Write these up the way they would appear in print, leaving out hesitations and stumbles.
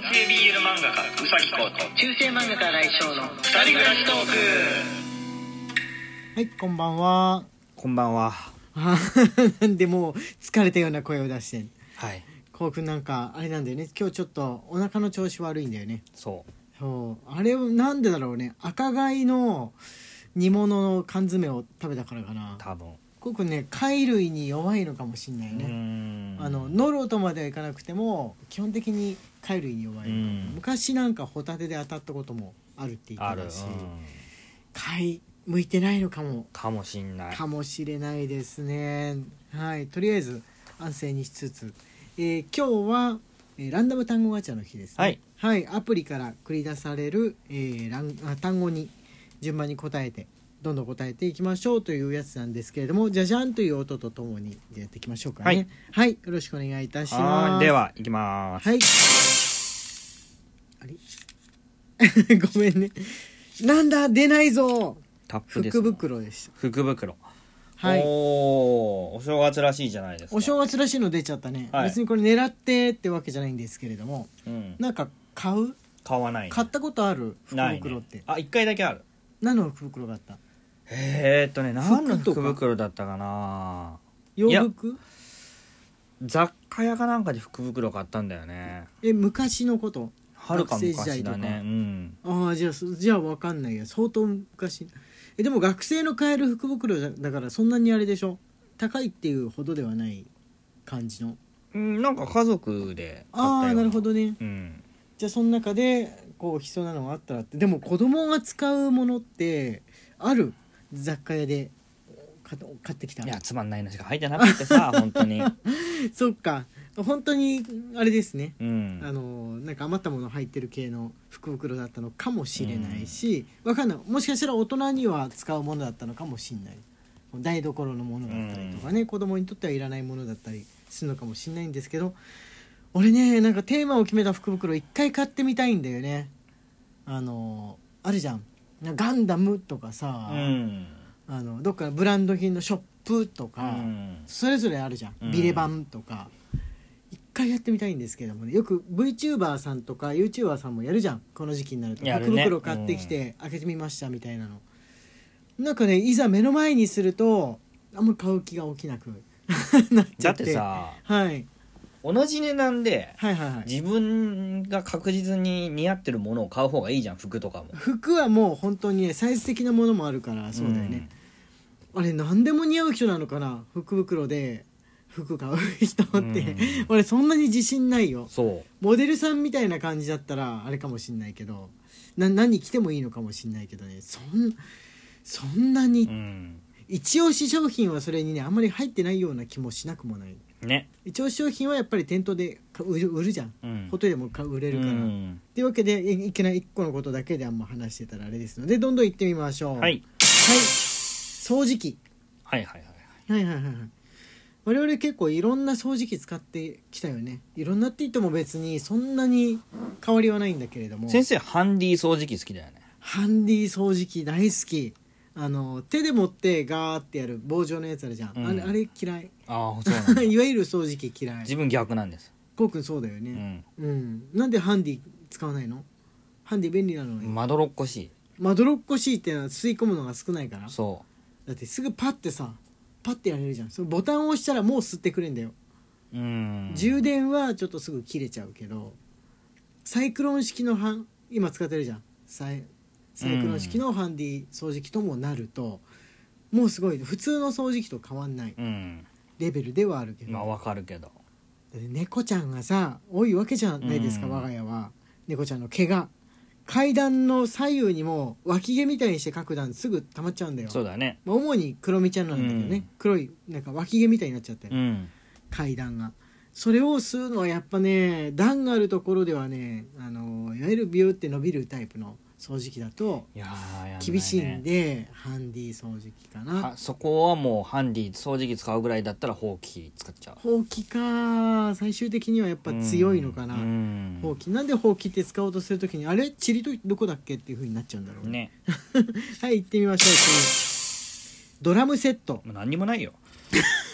系 BL 漫画家うさぎこと中世漫画家来翔の二人暮らしトーク。 はい、こんばんは。 こんばんは。 なんでもう疲れたような声を出してん。 はい。 こうくんなんかあれなんだよね、今日ちょっとお腹の調子悪いんだよね。 そうあれなんでだろうね。赤貝の煮物の缶詰を食べたからかな。 多分こうくんね、貝類に弱いのかもしんないよね。ノロとまではいかなくても基本的に貝類に弱い。昔なんかホタテで当たったこともあるって言ってたし、貝向いてないのかもしんないかもしれないですね。はい、とりあえず安静にしつつ、今日は、ランダム単語ガチャの日ですね。 はい、 はい、アプリから繰り出される、単語に順番に答えてどんどん答えていきましょうというやつなんですけれども、じゃじゃんという音とともにやっていきましょうかね。はい、はい、よろしくお願いいたします。 では行きます。 はいあれごめんね、なんだ出ないぞ。 タップです。 福袋でした。 福袋。 はい。 お正月らしいじゃないですか。 お正月らしいの出ちゃったね。はい、別にこれ狙ってってわけじゃないんですけれども、なんか買わない、ね、 買ったことある福袋って、ね、 あ、1回だけある。 何の福袋があった？ 何の福袋だったかな。 洋服？ 雑貨屋かなんかで福袋買ったんだよね。 昔のこと？ はるか昔だね。 ああ、じゃあ分かんないや。相当昔。でも学生の買える福袋だからそんなにあれでしょ、高いっていうほどではない感じの。 なんか家族で買ったよ。 ああ、なるほどね。じゃあその中でこう必要なのがあったらって。でも子供が使うものってある？雑貨屋で買ってきた。 いや、つまんないのしか入ってなくてさ本当にそっか、本当にあれですね、 なんか余ったもの入ってる系の福袋だったのかもしれないし、わかんない。もしかしたら大人には使うものだったのかもしれない。台所のものだったりとかね、子供にとってはいらないものだったりするのかもしれないんですけど、俺ね、なんかテーマを決めた福袋一回買ってみたいんだよね。あるじゃん、ガンダムとかさ、どっかのブランド品のショップとか、それぞれあるじゃん、ビレバンとか。一回やってみたいんですけどもね、よく VTuber さんとか YouTuber さんもやるじゃん、この時期になると。福袋買ってきて開けてみましたみたいなの。なんかね、いざ目の前にするとあんま買う気が起きなくなっちゃって。 だってさ、 はい、 同じ値段で、 自分が確実に似合ってるものを買う方がいいじゃん。服とかも。 服はもう本当にね、サイズ的なものもあるから。そうだよね、あれ何でも似合う人なのかな、福袋で服買う人って。俺そんなに自信ないよ。モデルさんみたいな感じだったらあれかもしんないけど、何着てもいいのかもしんないけどね、そんなに、一押し商品はそれにねあんまり入ってないような気もしなくもないね。一押し商品はやっぱり店頭で売るじゃん、ホテルでも売れるから、っていうわけでいけない1個のことだけであんま話してたらあれですので、どんどん行ってみましょう。はい、掃除機。はい。我々結構いろんな掃除機使ってきたよね。いろんなって言っても別にそんなに変わりはないんだけれども。 先生ハンディ掃除機好きだよね。 ハンディ掃除機大好き。手で持ってガーってやる棒状のやつあるじゃん、あれ嫌い。 そうなんだいわゆる掃除機嫌い。 自分逆なんです。 こうくんそうだよね。なんでハンディ使わないの？ハンディ便利なのに。 まどろっこしいってのは吸い込むのが少ないから。 そうだってすぐパッてやれるじゃん。そのボタンを押したらもう吸ってくれんだよ。充電はちょっとすぐ切れちゃうけど、サイクロン式の今使ってるじゃん、サイクロン式のハンディ掃除機ともなると、もうすごい普通の掃除機と変わんないレベルではあるけど。 まあわかるけど、 猫ちゃんがさ多いわけじゃないですか。我が家は猫ちゃんの毛が階段の左右にも脇毛みたいにして各段すぐ溜まっちゃうんだよ。 そうだね。 主に黒みちゃんなんだけどね、黒いなんか脇毛みたいになっちゃってる、階段が。それを吸うのはやっぱね、段があるところではね、いわゆるビューって伸びるタイプの掃除機だと厳しいんで、ハンディ掃除機かな。 そこはもうハンディ掃除機使うぐらいだったらほうき使っちゃう。 ほうきか。最終的にはやっぱ強いのかな、ほうき。なんでほうきって使おうとするときにあれチリとどこだっけっていう風になっちゃうんだろうね。はい、行ってみましょう。ドラムセット。 何にもないよ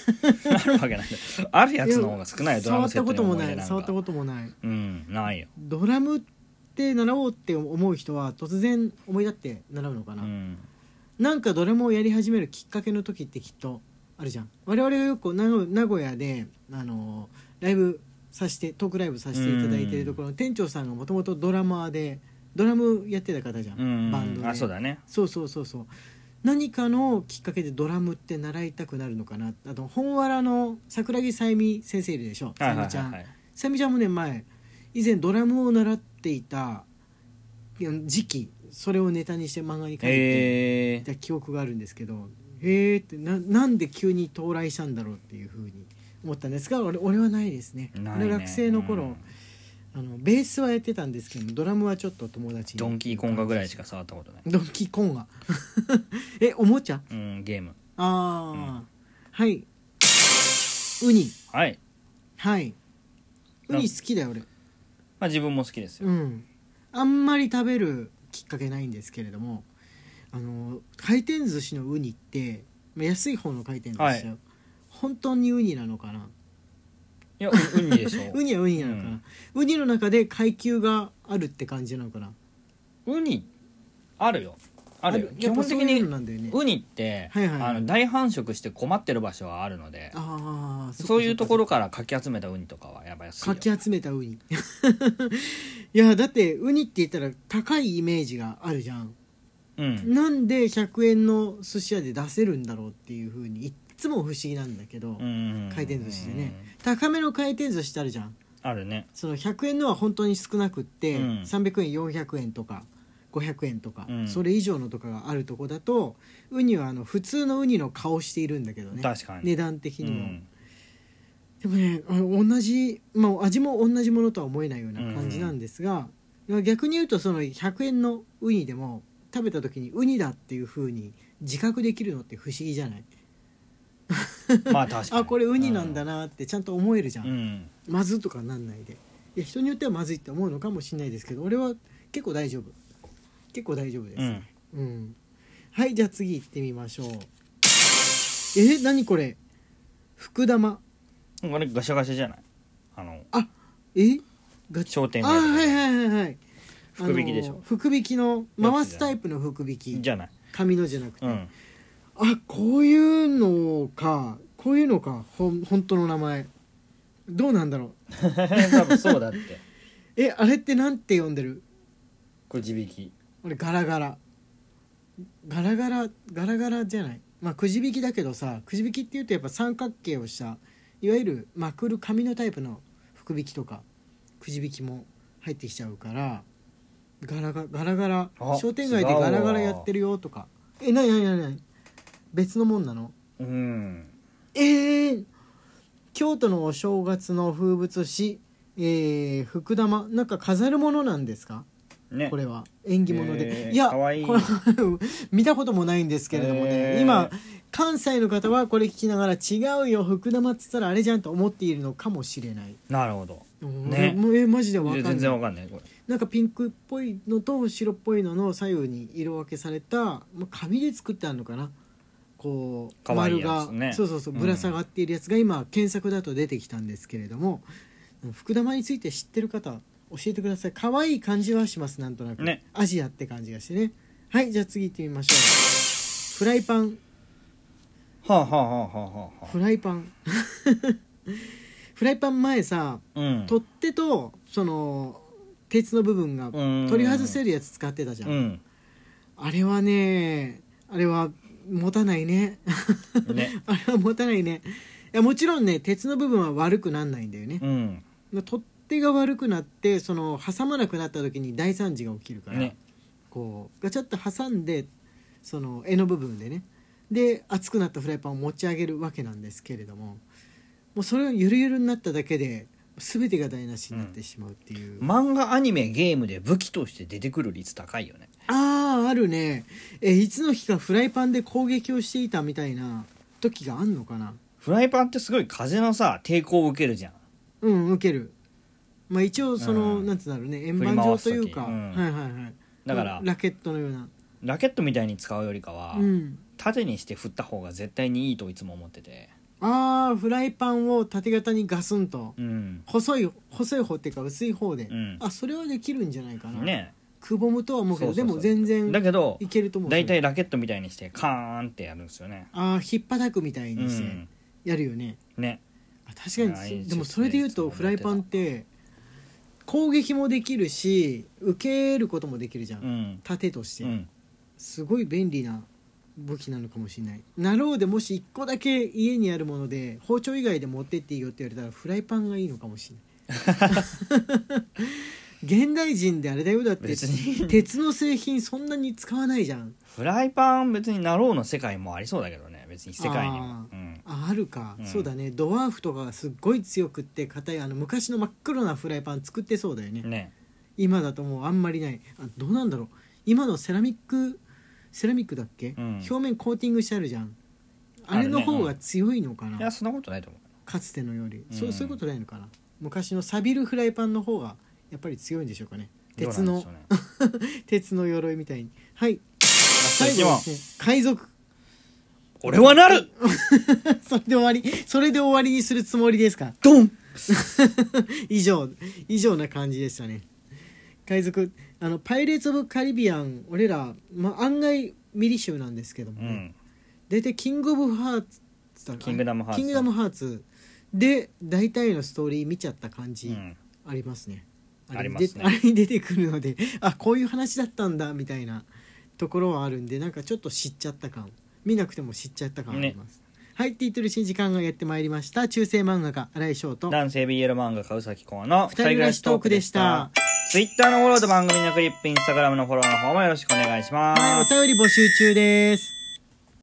あるわけないあるやつの方が少ないよドラムセットに思い出なんか触ったこともないうんないよ、 ドラムって習おうって思う人は突然思い立って習うのかな、なんかドラムをやり始めるきっかけの時ってきっとあるじゃん。我々がよく名古屋でライブさせてトークライブさせていただいているところの店長さんがもともとドラマーでドラムやってた方じゃん、バンドで。 あそうだね。 そう何かのきっかけでドラムって習いたくなるのかな。あと本わらの桜木さゆみ先生いるでしょ、さゆみちゃん。さゆみちゃんもね以前ドラムを習っていた時期、それをネタにして漫画に書いていた記憶があるんですけど、ってなんで急に到来したんだろうっていうふうに思ったんですが、俺はないですね。俺学生の頃、ベースはやってたんですけどドラムはちょっと友達に。 ドンキーコンガぐらいしか触ったことない。 ドンキーコンガおもちゃ、 ゲーム。 はい。ウニ。はいウニ好きだよ俺。 まあ自分も好きですよ。 あんまり食べるきっかけないんですけれども、回転寿司のウニって安い方の回転寿司よ、本当にウニなのかな。 いやウニでしょウニはウニなのかな、ウニの中で階級があるって感じなのかな。 ウニあるよ基本的にウニって、大繁殖して困ってる場所はあるので、そういうところからかき集めたウニとかはやばい安いよ。 かき集めたウニいやだってウニって言ったら高いイメージがあるじゃん、なんで100円の寿司屋で出せるんだろうっていう風にいっつも不思議なんだけど、回転寿司でね高めの回転寿司ってあるじゃん。 あるね。 その100円のは本当に少なくって、300円400円とか500円とか、それ以上のとかがあるとこだとウニは普通のウニの顔しているんだけどね、 確かに値段的にも、でもね同じ、味も同じものとは思えないような感じなんですが、逆に言うとその100円のウニでも食べた時にウニだっていう風に自覚できるのって不思議じゃない？ まあ確かにこれウニなんだなってちゃんと思えるじゃん、まずとかなんないで。いや人によってはまずいって思うのかもしれないですけど俺は結構大丈夫です、はいじゃあ次行ってみましょう。何これ福玉。 これガシャガシャじゃない？商店街はい福引きでしょ。 福引きの回すタイプの福引きじゃない、 紙のじゃなくて、こういうのか本当の名前どうなんだろう多分そうだってあれってなんて呼んでる？ くじ引き。 俺ガラガラじゃない。くじ引きだけどさ、くじ引きっていうとやっぱ三角形をしたいわゆるまくる紙のタイプの福引きとかくじ引きも入ってきちゃうからガラガラ商店街でガラガラやってるよとか。なに別のもんなの？京都のお正月の風物詩、福玉なんか飾るものなんですか？これは縁起物で、いやこれ見たこともないんですけれどもね、今関西の方はこれ聞きながら違うよ福玉っつったらあれじゃんと思っているのかもしれない。 なるほどマジで分かんない。 全然分かんないこれ。 なんかピンクっぽいのと白っぽいのの左右に色分けされた紙で作ってあるのかな、こう丸がぶら下がっているやつが今検索だと出てきたんですけれども、福玉について知ってる方教えてください。可愛い感じはします、なんとなく、アジアって感じがしてね。はいじゃあ次行ってみましょう。フライパン。フライパンフライパン前さ、取っ手とその鉄の部分が取り外せるやつ使ってたじゃん、あれは持たないねあれは持たないね。いやもちろんね鉄の部分は悪くなんないんだよね、取っ手が悪くなってその挟まなくなった時に大惨事が起きるから、こうガチャッと挟んでその柄の部分でねで熱くなったフライパンを持ち上げるわけなんですけれども、もうそれがゆるゆるになっただけで全てが台無しになってしまうっていう、 漫画アニメゲームで武器として出てくる率高いよね。 あるね。いつの日かフライパンで攻撃をしていたみたいな時があんのかな。 フライパンってすごい風のさ抵抗を受けるじゃん。 受ける。一応その、なんつうんだろうね、円盤状というか、 だからラケットのようなラケットみたいに使うよりかは、縦にして振った方が絶対にいいといつも思ってて。 フライパンを縦型にガスンと、 うん、 細い方っていうか薄い方で、 うん、 それはできるんじゃないかなね。 くぼむとは思うけど、でも全然だけどいけると思う。 大体ラケットみたいにしてカーンってやるんですよね。 ひっぱたくみたいにしてやるよね、 ね。 確かに。でもそれで言うとフライパンって攻撃もできるし受けることもできるじゃん、盾として、すごい便利な武器なのかもしれない。なろうでもし1個だけ家にあるもので包丁以外で持ってっていいよって言われたらフライパンがいいのかもしれない現代人であれだよ、だって別に鉄の製品そんなに使わないじゃん。 フライパン別になろうの世界もありそうだけどね、別に世界にも。 あるか、そうだね。ドワーフとかがすっごい強くって硬い昔の真っ黒なフライパン作ってそうだよ ね。今だともうあんまりない。どうなんだろう、今のセラミックだっけ、表面コーティングしてあるじゃん。あれの方が強いのかな。 いやそんなことないと思う。 かつてのより、そういうことないのかな。昔の錆びるフライパンの方がやっぱり強いんでしょうかね。鉄の鉄の鎧みたいに。はい、最後ですね、海賊。 俺はなるそれで終わりにするつもりですか。 ドン以上な感じでしたね。海賊、パイレーツ・オブ・カリビアン、俺ら、案外ミリ集なんですけどもね、大体キングダムハーツで大体のストーリー見ちゃった感じありますね。あれに出てくるので、こういう話だったんだみたいなところはあるんで、なんかちょっと知っちゃった感、見なくても知っちゃった感あります、はい。って言ってるし時間がやってまいりました。中世漫画家新井翔と男性 BL 漫画家宇崎公の二人暮らしトークでした。 Twitter のフォローと番組のクリップ、Instagram のフォローの方もよろしくお願いします。 お便り募集中です。